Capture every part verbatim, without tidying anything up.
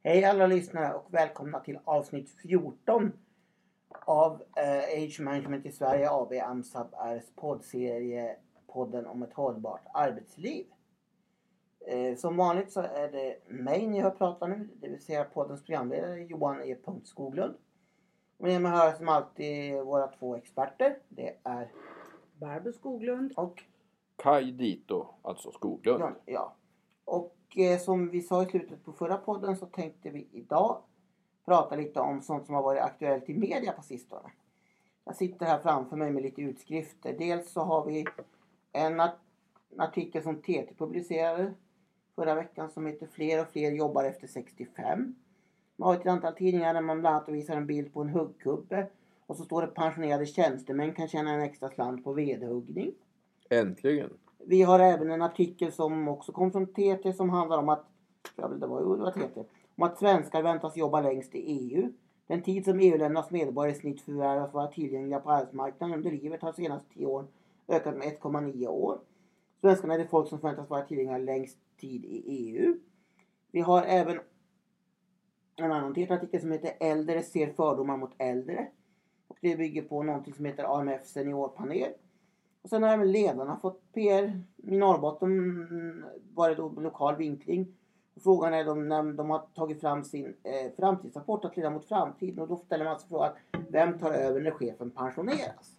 Hej alla lyssnare och välkomna till avsnitt fjorton av eh, Age Management i Sverige A B AMSAB:s poddserie podden om ett hållbart arbetsliv. Eh, som vanligt så är det mig ni hör prata nu, det vill säga poddens programledare Johan E. Skoglund. Och med mig hör som alltid våra två experter, det är Barbro Skoglund och Kaj Dito, alltså Skoglund. John, ja. Och eh, som vi sa i slutet på förra podden så tänkte vi idag prata lite om sånt som har varit aktuellt i media på sistone. Jag sitter här framför mig med lite utskrifter. Dels så har vi en artikel som T T publicerade förra veckan som heter Fler och fler jobbar efter sextiofem. Man har ett antal tidningar där man bland annat visar en bild på en huggkubbe. Och så står det pensionerade tjänstemän kan tjäna en extra slant på vedhuggning. Äntligen. Vi har även en artikel som också kom från T T som handlar om att, jag vet, det var ju det var T T, om att svenskar väntas jobba längst i E U. Den tid som E U-ländernas medborgare i snitt förvärvas vara tillgängliga på arbetsmarknaden under livet har senaste tio år ökat med ett komma nio år. Svenskarna är det folk som förväntas vara tillgängliga längst tid i E U. Vi har även en annan T T-artikel som heter Äldre ser fördomar mot äldre. Och det bygger på någonting som heter A M F seniorpanel. Och sen har även ledarna fått P R i Norrbotten, var det då lokal vinkling. Och frågan är de, när de har tagit fram sin eh, framtidsrapport att leda mot framtiden. Och då ställer man sig frågan, vem tar över när chefen pensioneras?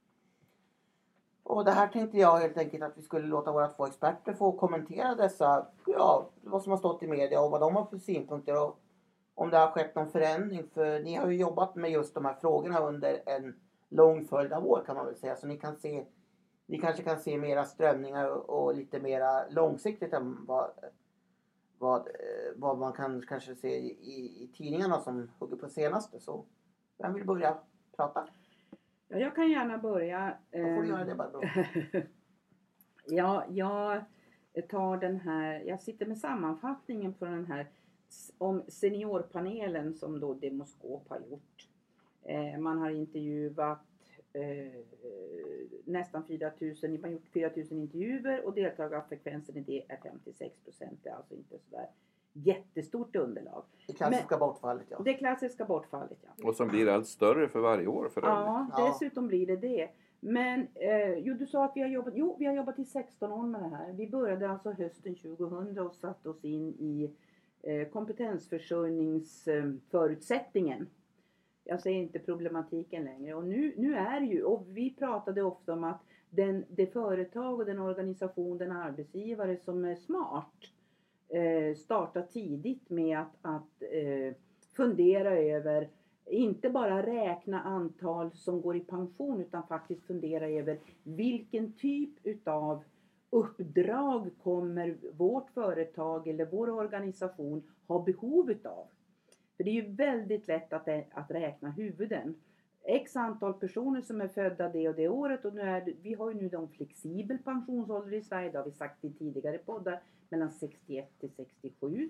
Och det här tänkte jag helt enkelt att vi skulle låta våra två experter få kommentera dessa, ja, vad som har stått i media och vad de har för synpunkter. Och om det har skett någon förändring, för ni har ju jobbat med just de här frågorna under en lång följd av år kan man väl säga. Så ni kan se, ni kanske kan se mera strömningar och, och lite mera långsiktigt än vad, vad, vad man kan kanske se i, i tidningarna som hugger på senaste. Så vem vill börja prata? Ja, jag kan gärna börja. Då får du göra det bara bra. Ja, jag tar den här, jag sitter med sammanfattningen på den här om seniorpanelen som då Demoskop har gjort. Eh, man har intervjuat eh, nästan fyra tusen, man har gjort fyra tusen intervjuer och deltagarfrekvensen i det är femtiosex procent. Det är alltså inte sådär jättestort underlag. Det klassiska Men, bortfallet, ja. Det klassiska bortfallet, ja. Och som blir allt större för varje år för Ja, Ja. dessutom blir det det. Men eh, jo, du sa att vi har jobbat, jo, vi har jobbat i sexton år med det här. Vi började alltså hösten tjugohundra och satte oss in i eh, kompetensförsörjningsförutsättningen. Jag säger inte problematiken längre. Och nu, nu är ju, och vi pratade ofta om att den, det företag och den organisation, den arbetsgivare som är smart eh, startar tidigt med att, att eh, fundera över, inte bara räkna antal som går i pension utan faktiskt fundera över vilken typ utav uppdrag kommer vårt företag eller vår organisation ha behov utav. För det är ju väldigt lätt att, att räkna huvuden. X antal personer som är födda det och det året. Och nu är det, vi har ju nu de flexibel pensionsålder i Sverige. Det har vi sagt i tidigare poddar. Mellan sextioett till sextiosju.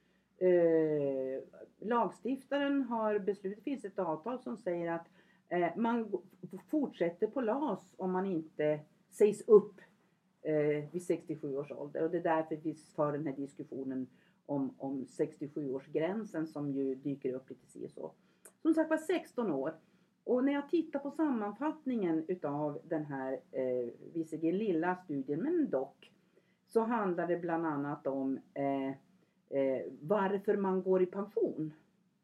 Eh, lagstiftaren har beslutat, det finns ett avtal som säger att eh, man fortsätter på L A S om man inte sägs upp eh, vid sextiosju års ålder. Och det är därför vi för den här diskussionen om, om sextiosju-årsgränsen som ju dyker upp lite si och så. Som sagt var sexton år. Och när jag tittar på sammanfattningen utav den här eh, visserligen lilla studien, men dock, så handlar det bland annat om eh, eh, varför man går i pension.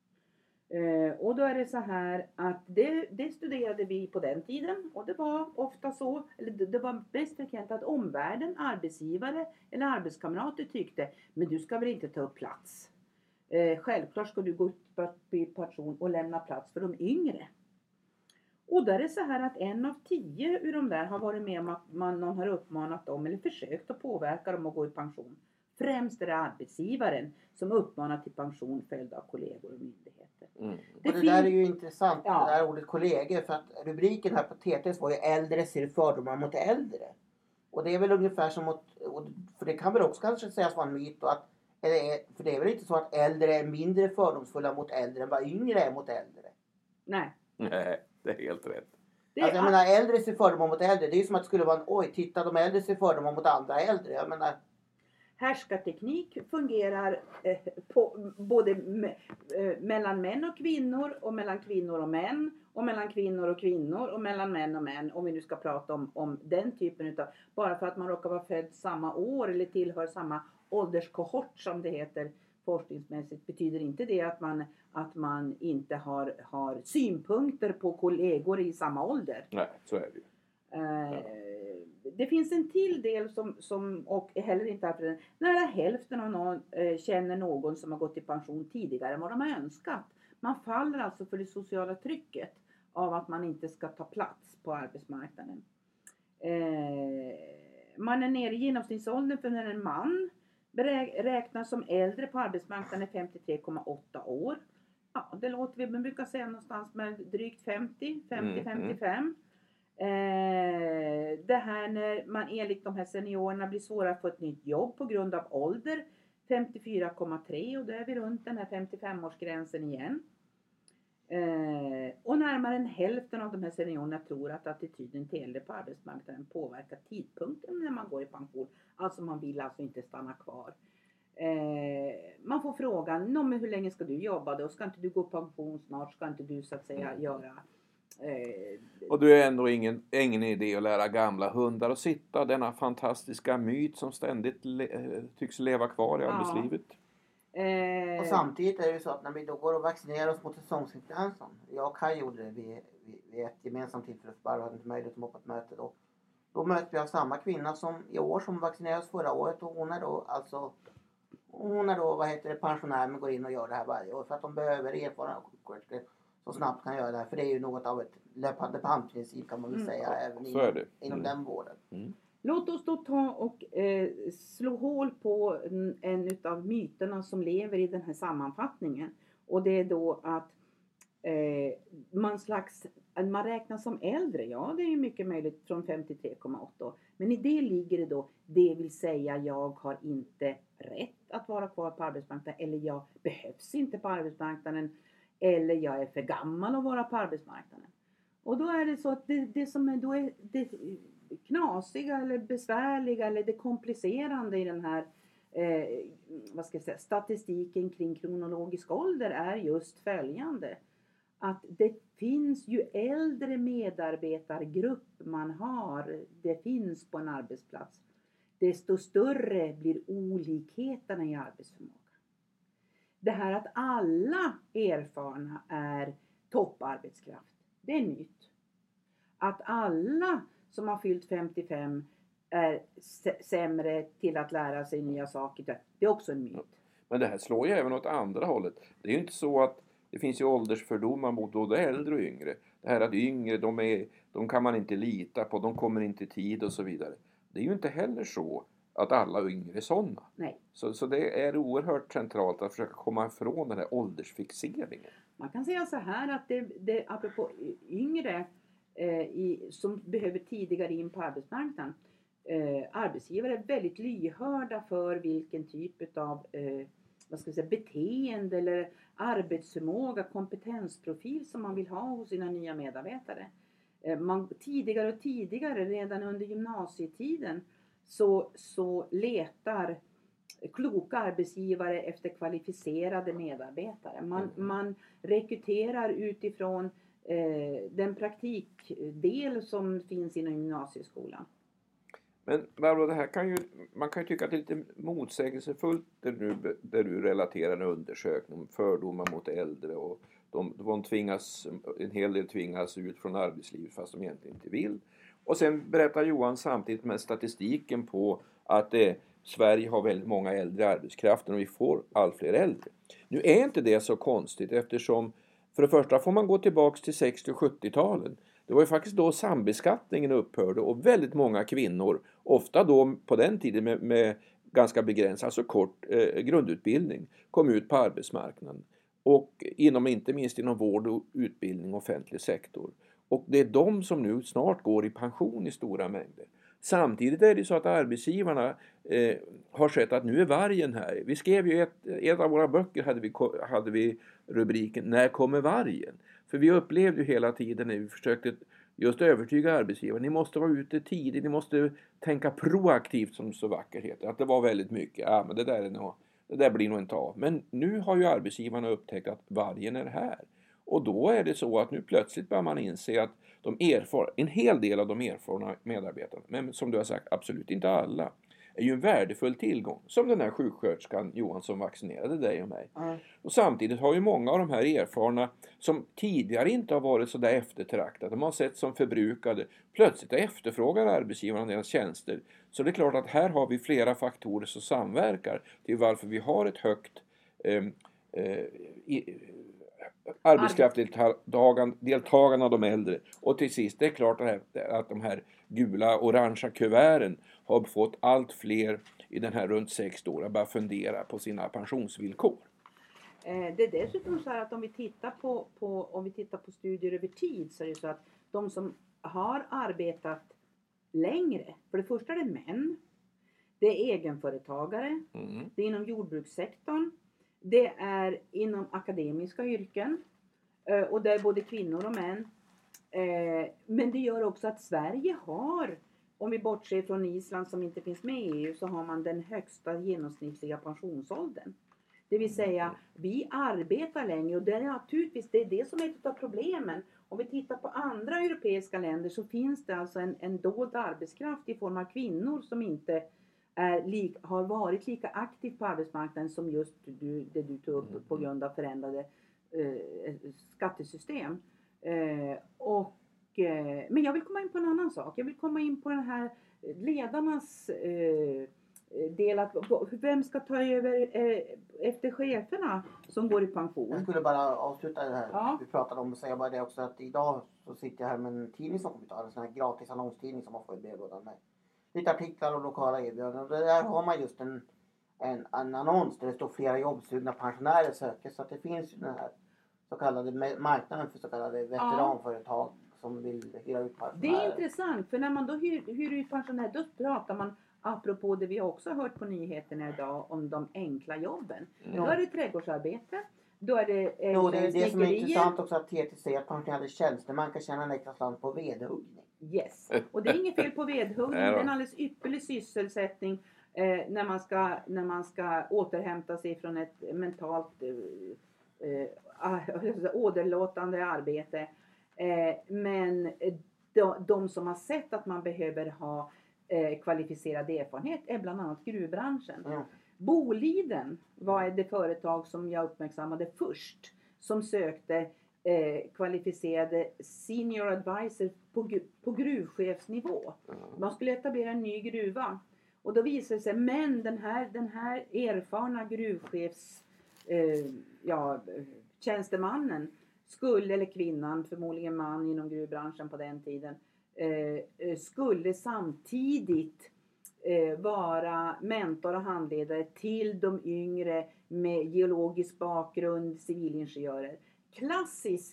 Eh, och då är det så här att det, det studerade vi på den tiden, och det var ofta så, eller det, det var bäst frekvent att omvärlden, arbetsgivare eller arbetskamrater tyckte, men du ska väl inte ta upp plats. Eh, självklart ska du gå upp i pension och lämna plats för de yngre. Och där är det så här att en av tio ur de där har varit med om att man, någon har uppmanat dem eller försökt att påverka dem att gå i pension. Främst är det arbetsgivaren som uppmanar till pension följd av kollegor och myndigheter. Mm. Det, och det fin- där är ju intressant, ja. Det där ordet kollegor, för att rubriken här på T T var ju äldre ser fördomar mot äldre. Och det är väl ungefär som mot, för det kan väl också kanske sägas vara en myt och att, för det är väl inte så att äldre är mindre fördomsfulla mot äldre än vad yngre är mot äldre? Nej. Nej, det är helt rätt. Det alltså jag all... menar, äldre ser fördomar mot äldre, det är ju som att det skulle vara en, oj, titta de äldre ser fördomar mot andra äldre, jag menar. härskarteknik fungerar eh, på, både me, eh, mellan män och kvinnor och mellan kvinnor och män och mellan kvinnor och kvinnor och mellan män och män, om vi nu ska prata om, om den typen utav, bara för att man råkar vara född samma år eller tillhör samma ålderskohort som det heter forskningsmässigt, betyder inte det att man, att man inte har, har synpunkter på kollegor i samma ålder. Nej, så är det ju. Eh, det finns en till del som, som och heller inte är för den. Nära hälften av någon eh, känner någon som har gått i pension tidigare än vad de har önskat. Man faller alltså för det sociala trycket av att man inte ska ta plats på arbetsmarknaden. Eh, man är nere i genomsnittsåldern för när en man räknas som äldre på arbetsmarknaden femtiotre komma åtta år. Ja, det låter vi, man brukar säga någonstans med drygt femtio, femtio, femtiofem. Eh, det här när man enligt de här seniorerna blir svårare att få ett nytt jobb på grund av ålder, femtiofyra komma tre, och då är vi runt den här femtiofem-årsgränsen igen. Eh, och närmare en hälften av de här seniorerna tror att attityden till äldre på arbetsmarknaden påverkar tidpunkten när man går i pension. Alltså man vill alltså inte stanna kvar. Eh, man får frågan, nå men hur länge ska du jobba då? Ska inte du gå i pension snart? Ska inte du så att säga göra... Eh, och du är ändå ingen, ingen idé att lära gamla hundar att sitta. Denna fantastiska myt som ständigt le, tycks leva kvar i ja. arbetslivet. Eh, Och samtidigt är det ju så att när vi då går och vaccinerar oss mot säsongsinfluensan. Jag och Kaj gjorde det vid, vid, vid ett gemensamt tillfälle. Bara hade inte möjlighet att vara på ett möte då. Då möter vi av samma kvinna som i år som vaccinerades förra året. Och hon är då alltså hon är då vad heter det, pensionär men går in och gör det här varje år. För att de behöver erfarna sjuksköterskor så snabbt kan göra det här. För det är ju något av ett löpande bandprincip kan man väl Mm. säga. Även Så inom, är det. inom Mm. den vården. Mm. Låt oss då ta och eh, slå hål på en, en utav myterna som lever i den här sammanfattningen. Och det är då att eh, man slags, man räknas som äldre. Ja, det är ju mycket möjligt från femtiotre komma åtta år. Men i det ligger det då, det vill säga jag har inte rätt att vara kvar på arbetsmarknaden. Eller jag behövs inte på arbetsmarknaden. Eller jag är för gammal att vara på arbetsmarknaden. Och då är det så att det, det som är då är det knasiga eller besvärliga eller det komplicerande i den här eh, vad ska jag säga, statistiken kring kronologisk ålder är just följande. Att det finns ju äldre medarbetargrupp man har, det finns på en arbetsplats, desto större blir olikheterna i arbetsförmåga. Det här att alla erfarna är topparbetskraft, det är nytt. Att alla som har fyllt femtiofem är sämre till att lära sig nya saker, det är också en myt. Men det här slår ju även åt andra hållet. Det är ju inte så att det finns ju åldersfördomar mot både äldre och yngre. Det här att yngre, de, är, de kan man inte lita på, de kommer inte i tid och så vidare. Det är ju inte heller så att alla yngre är sådana. Nej. Så, så det är oerhört centralt att försöka komma ifrån den här åldersfixeringen. Man kan säga så här att det, det apropå yngre eh, i, som behöver tidigare in på arbetsmarknaden. Eh, arbetsgivare är väldigt lyhörda för vilken typ av eh, vad ska jag säga, beteende eller arbetsförmåga, kompetensprofil som man vill ha hos sina nya medarbetare. Eh, man, tidigare och tidigare, redan under gymnasietiden, så, så letar kloka arbetsgivare efter kvalificerade medarbetare. Man, Mm. man rekryterar utifrån eh, den praktikdel som finns inom gymnasieskolan. Men Barbro, det här kan ju, man kan ju tycka att det är lite motsägelsefullt där du, där du relaterar en undersökning om fördomar mot äldre och de, de tvingas, en hel del tvingas ut från arbetslivet fast de egentligen inte vill. Och sen berättar Johan samtidigt med statistiken på att eh, Sverige har väldigt många äldre arbetskrafter och vi får allt fler äldre. Nu är inte det så konstigt eftersom för det första får man gå tillbaka till sextio- och sjuttio-talen. Det var ju faktiskt då sambeskattningen upphörde och väldigt många kvinnor, ofta då på den tiden med, med ganska begränsad, alltså kort eh, grundutbildning, kom ut på arbetsmarknaden. Och inom, inte minst inom vård och utbildning och offentlig sektor. Och det är de som nu snart går i pension i stora mängder. Samtidigt är det så att arbetsgivarna eh, har sett att nu är vargen här. Vi skrev ju ett, ett av våra böcker hade vi, hade vi rubriken När kommer vargen? För vi upplevde ju hela tiden när vi försökte just övertyga arbetsgivaren. Ni måste vara ute tidigt, ni måste tänka proaktivt som så vackert heter. Att det var väldigt mycket, ja men det där, är nog, det där blir nog inte av. Men nu har ju arbetsgivarna upptäckt att vargen är här. Och då är det så att nu plötsligt börjar man inse att de erfar, en hel del av de erfarna medarbetarna, men som du har sagt, absolut inte alla, är ju en värdefull tillgång. Som den här sjuksköterskan Johan som vaccinerade dig och mig. Mm. Och samtidigt har ju många av de här erfarna som tidigare inte har varit så där eftertraktade, de har sett som förbrukade, plötsligt efterfrågar arbetsgivarna deras tjänster. Så det är klart att här har vi flera faktorer som samverkar till varför vi har ett högt eh, eh, i, arbetskraftsdeltagande av de äldre. Och till sist, det är klart att de här gula, orangea kuverten har fått allt fler i den här runt sex år att bara fundera på sina pensionsvillkor. Det är dessutom så här att om vi tittar på, på, om vi tittar på studier över tid så är det så att de som har arbetat längre, för det första är det män, det är egenföretagare, mm. det är inom jordbrukssektorn, det är inom akademiska yrken och det är både kvinnor och män. Men det gör också att Sverige har, om vi bortser från Island som inte finns med i E U, så har man den högsta genomsnittliga pensionsåldern. Det vill säga, vi arbetar längre och det är naturligtvis det, är det som är ett av problemen. Om vi tittar på andra europeiska länder så finns det alltså en, en dold arbetskraft i form av kvinnor som inte är lik, har varit lika aktiv på arbetsmarknaden som just du, det du tog upp på grund av förändrade eh, skattesystem. Eh, och, eh, men jag vill komma in på en annan sak. Jag vill komma in på den här ledarnas eh, del. Att, vem ska ta över eh, efter cheferna som går i pension? Jag skulle bara avsluta det här. Ja. Vi pratade om och säga bara det också att idag så sitter jag här med en tidning som kommer ta en sån här gratis annonstidning som man får i brevlådan med. Lite artiklar och lokala erbjudanden. Och där har man just en, en, en annons där det står flera jobbsugna pensionärer söker. Så att det finns ju den här så kallade marknaden för så kallade veteranföretag ja. Som vill hyra ut pensionärer. Det är intressant, för när man då hyr, hyr ut pensionärer då pratar man, apropå det vi också har hört på nyheterna idag, om de enkla jobben. Mm. Då är det trädgårdsarbete. Då är det eh, jo, det är det som är intressant också att T T säger att pensionärer tjänsteman kan tjäna en extra slant på vedhuggning. Yes, och det är inget fel på vedhuggning. Det är en alldeles ypperlig sysselsättning eh, när, man ska, när man ska återhämta sig från ett mentalt eh, eh, åderlåtande arbete. Eh, men de, de som har sett att man behöver ha eh, kvalificerad erfarenhet är bland annat gruvbranschen. Mm. Boliden var det företag som jag uppmärksammade först som sökte eh, kvalificerade senior advisor på, på gruvchefsnivå. Man skulle etablera en ny gruva och då visade det sig, men den här, den här erfarna gruvchefs eh, ja, tjänstemannen skulle, eller kvinnan, förmodligen man inom gruvbranschen på den tiden, eh, skulle samtidigt eh, vara mentor och handledare till de yngre med geologisk bakgrund, civilingenjörer. Klassisk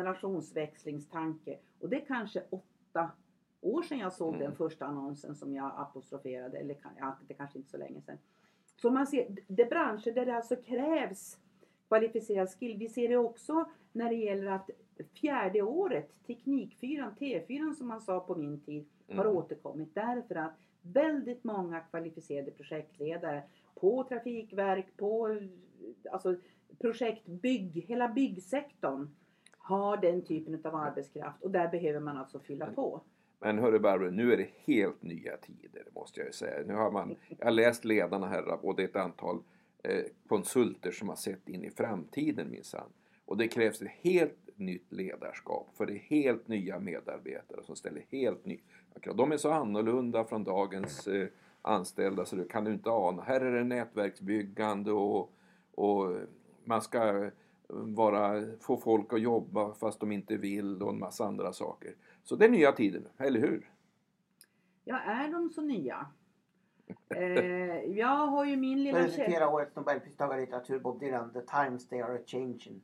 generationsväxlingstanke. Och det är kanske åtta år sedan jag såg mm. den första annonsen som jag apostroferade. Eller ja, det kanske inte så länge sedan. Så man ser, det är branscher där det alltså krävs kvalificerad skill. Vi ser det också när det gäller att fjärde året, teknikfyran, T fyran som man sa på min tid, har mm. återkommit. Därför att väldigt många kvalificerade projektledare på trafikverk, på alltså projektbygg, hela byggsektorn har den typen av arbetskraft och där behöver man alltså fylla på. Men hörru Barbro, nu är det helt nya tider måste jag säga. Nu har man, jag har läst ledarna här och det är ett antal eh, konsulter som har sett in i framtiden minsann. Och det krävs ett helt nytt ledarskap för det är helt nya medarbetare som ställer helt nya krav. De är så annorlunda från dagens eh, anställda så du kan du inte ana. Här är det nätverksbyggande och, och man ska vara, få folk att jobba fast de inte vill och en massa andra saker. Så det är nya tider, eller hur? Ja, är de så nya? eh, jag har ju min lilla... Jag citerar årets Nobelpristagare i litteratur Bob Dylan. The times they are changing.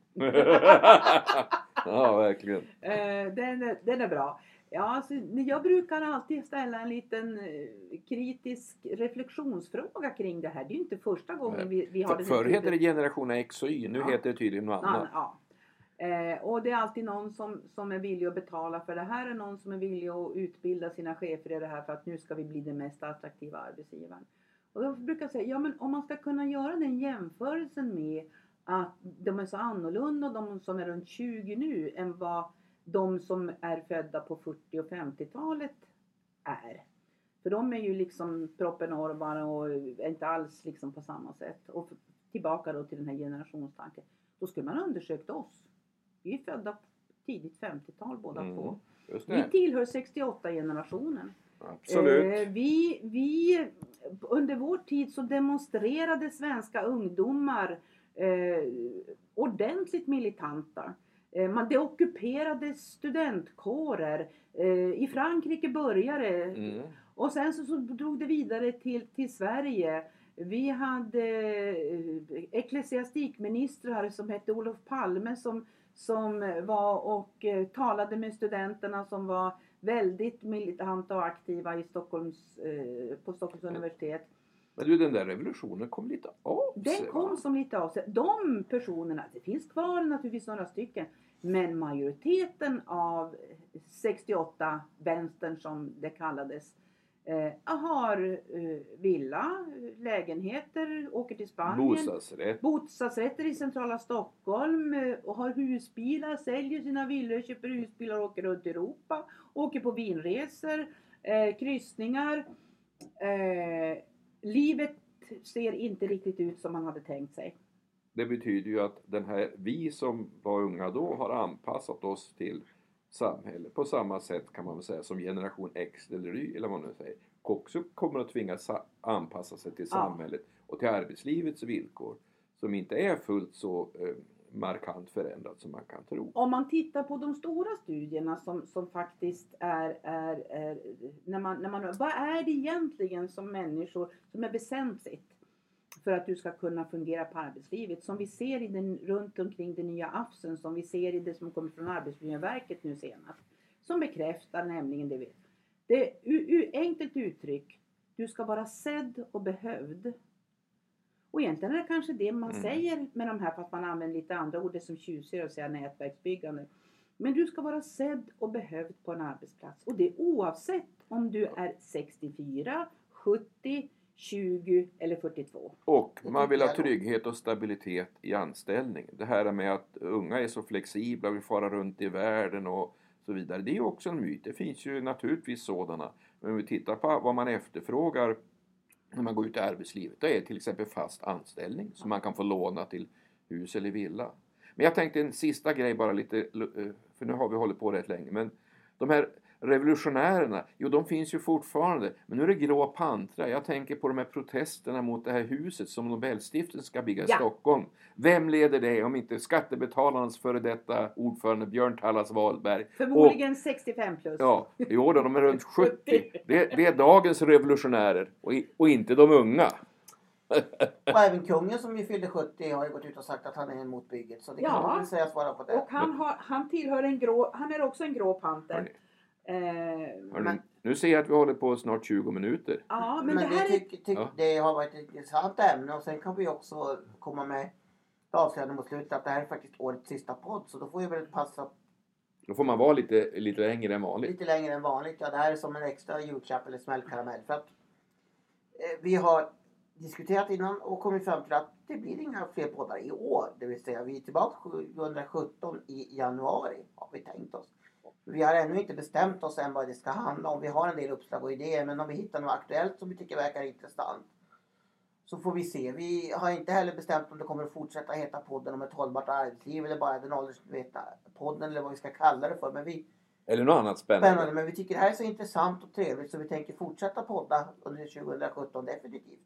Ja, verkligen. Eh, den, är, den är bra. Ja, alltså, jag brukar alltid ställa en liten eh, kritisk reflektionsfråga kring det här. Det är ju inte första gången vi, vi har det. Förr hette det generation X och Y, nu ja. heter det tydligen något annat. Ja. Eh, och det är alltid någon som, som är villig att betala för det här, är någon som är villig att utbilda sina chefer i det här för att nu ska vi bli den mest attraktiva arbetsgivaren. Och då brukar jag säga, ja men om man ska kunna göra den jämförelsen med att de är så annorlunda, de som är runt tjugo nu, än vad de som är födda på fyrtio- och femtiotalet är. För de är ju liksom proppen orvar och är inte alls liksom på samma sätt. Och tillbaka då till den här generationstanken. Då skulle man ha undersökt oss. Vi är födda tidigt femtiotal båda Mm, två. just det. Vi tillhör sextioåtta-generationen. Absolut. Eh, vi, vi, under vår tid så demonstrerade svenska ungdomar eh, ordentligt militanta. Eh, man, det ockuperade studentkårer. Eh, I Frankrike började Mm. och sen så, så drog det vidare till, till Sverige. Vi hade eh, ecklesiastikministrar som hette Olof Palme som, som var och eh, talade med studenterna som var väldigt militanta och aktiva i Stockholms, eh, på Stockholms universitet. Men du, den där revolutionen kom lite av sig, Den kom va? som lite av sig. De personerna, det finns kvar naturligtvis några stycken. Men majoriteten av sextioåtta-vänstern som det kallades eh, har eh, villa, lägenheter, åker till Spanien. Bostadsrätt. Bostadsrätter i centrala Stockholm eh, och har husbilar, säljer sina villor, köper husbilar och åker runt i Europa. Åker på vinresor, eh, kryssningar. Eh, livet ser inte riktigt ut som man hade tänkt sig. Det betyder ju att den här, vi som var unga då har anpassat oss till samhället på samma sätt kan man väl säga som generation X eller Y eller vad man nu säger. Också kommer att tvingas anpassa sig till Ja. samhället och till arbetslivets villkor som inte är fullt så eh, markant förändrat som man kan tro. Om man tittar på de stora studierna som, som faktiskt är, är, är när man, när man, vad är det egentligen som människor som är väsentligt för att du ska kunna fungera på arbetslivet, som vi ser i den, runt omkring den nya A F S en, som vi ser i det som kommer från Arbetsmiljöverket nu senast, som bekräftar nämligen det vi det u, u, enkelt uttryck, du ska vara sedd och behövd. Och egentligen är det kanske det man Mm. säger med de här, fast man använder lite andra ord, det som tjusigare att säga nätverksbyggande. Men du ska vara sedd och behövd på en arbetsplats. Och det är oavsett om du är sextiofyra, sjuttio, tjugo eller fyrtiotvå. Och Det man vill ha tycker jag då. trygghet och stabilitet i anställningen. Det här med att unga är så flexibla, vill fara runt i världen och så vidare. Det är ju också en myt. Det finns ju naturligtvis sådana. Men om vi tittar på vad man efterfrågar när man går ut i arbetslivet. Det är till exempel fast anställning som man kan få låna till hus eller villa. Men jag tänkte en sista grej bara lite, för nu har vi hållit på rätt länge. Men de här revolutionärerna, jo de finns ju fortfarande. Men nu är det grå pantra. Jag tänker på de här protesterna mot det här huset som Nobelstiftelsen ska bygga i Ja. Stockholm. Vem leder det om inte skattebetalarnas före detta ordförande Björn Tallas Wahlberg? Förmodligen sextiofem plus. Ja, jo då, de är runt sjuttio. Det, det är dagens revolutionärer och, i, och inte de unga. Och även kungen som ju fyllde sjuttio har ju gått ut och sagt att han är emot bygget. Så det kan Ja. man väl säga svara på det. Och han, har, han tillhör en grå, han är också en grå panter. Hörrni, Eh, hörrni, Men- nu ser jag att vi håller på snart tjugo minuter. ja, Men, men, det här det, är... tyck, tyck, Ja. det har varit ett intressant ämne och sen kan vi också komma med ett avslöjande mot slutet att det här är faktiskt årets sista podd. Så då får jag väl passa Då får man vara lite, lite längre än vanligt. lite längre än vanligt. Ja, det här är som en extra julklapp eller smällkaramell. För att eh, vi har diskuterat innan och kommit fram till att det blir inga fler poddar i år. Det vill säga vi är tillbaka tjugosjutton i januari har vi tänkt oss. Vi har ännu inte bestämt oss än vad det ska handla om. Vi har en del uppslag och idéer, men om vi hittar något aktuellt som vi tycker verkar intressant så får vi se. Vi har inte heller bestämt om det kommer att fortsätta heta podden om ett hållbart arbetsliv eller bara den åldersveta podden eller vad vi ska kalla det för. Men vi, Eller något annat spännande. spännande, men vi tycker det här är så intressant och trevligt så vi tänker fortsätta podda under tjugosjutton definitivt.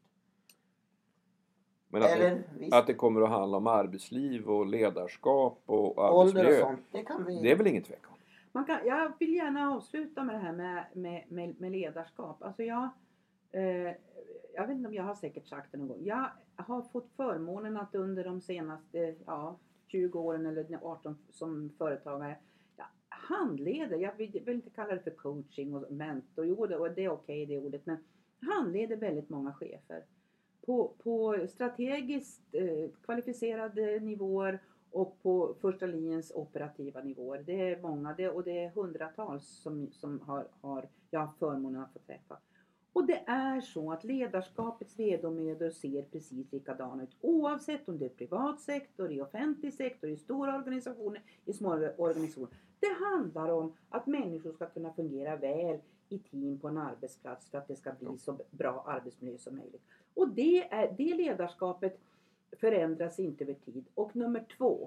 Men att, Eller det, visst, att det kommer att handla om arbetsliv och ledarskap och ålder och arbetsmiljö. sånt. Det kan vi... Det är väl ingen tvekan. Man kan, jag vill gärna avsluta med det här med, med, med, med ledarskap. Alltså jag, eh, jag vet inte om jag har säkert sagt det någon gång. Jag har fått förmånen att under de senaste ja, tjugo åren eller arton som företagare jag handleder, jag vill, vill inte kalla det för coaching och mentor, jo det, och det är okej det ordet, men handleder väldigt många chefer på, på strategiskt eh, kvalificerade nivåer och på första linjens operativa nivåer. Det är många det, och det är hundratals som, som har, har jag har förmånen att få träffa. Och det är så att ledarskapets vedomödor ser precis likadana ut. Oavsett om det är privat sektor, i offentlig sektor, i stora organisationer, i små organisationer. Det handlar om att människor ska kunna fungera väl i team på en arbetsplats för att det ska bli så bra arbetsmiljö som möjligt. Och det, är, det ledarskapet förändras inte över tid. Och nummer två.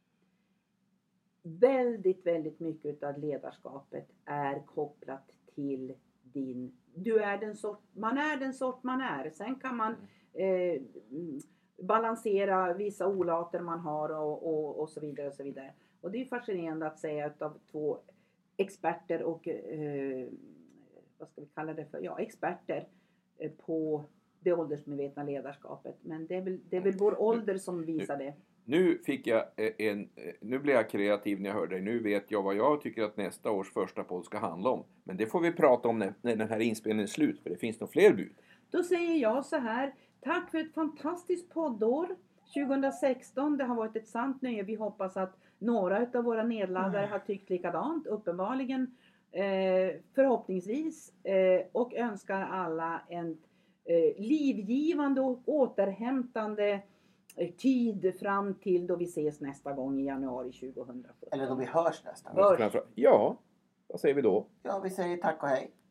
Väldigt, väldigt mycket av ledarskapet är kopplat till din... Du är den sort, man är den sort man är. Sen kan man eh, balansera vissa olater man har och, och, och så vidare och så vidare. Och det är fascinerande att säga av två experter och eh, vad ska vi kalla det för? Ja, experter eh, på det åldersmedvetna ledarskapet. Men det är väl, det är väl vår ålder som visar det. Nu fick jag en, nu blir jag kreativ när jag hör dig. Nu vet jag vad jag tycker att nästa års första podd ska handla om. Men det får vi prata om när, när den här inspelningen är slut. För det finns nog fler bud. Då säger jag så här. Tack för ett fantastiskt poddår. tjugohundrasexton, det har varit ett sant nöje. Vi hoppas att några av våra nedladdare har tyckt likadant. Uppenbarligen. Eh, förhoppningsvis. Eh, och önskar alla en eh, livgivande och återhämtande tid fram till då vi ses nästa gång i januari tjugohundrasjutton. Eller då vi hörs nästa gång. Hörs. Ja, vad säger vi då? Ja, vi säger tack och hej.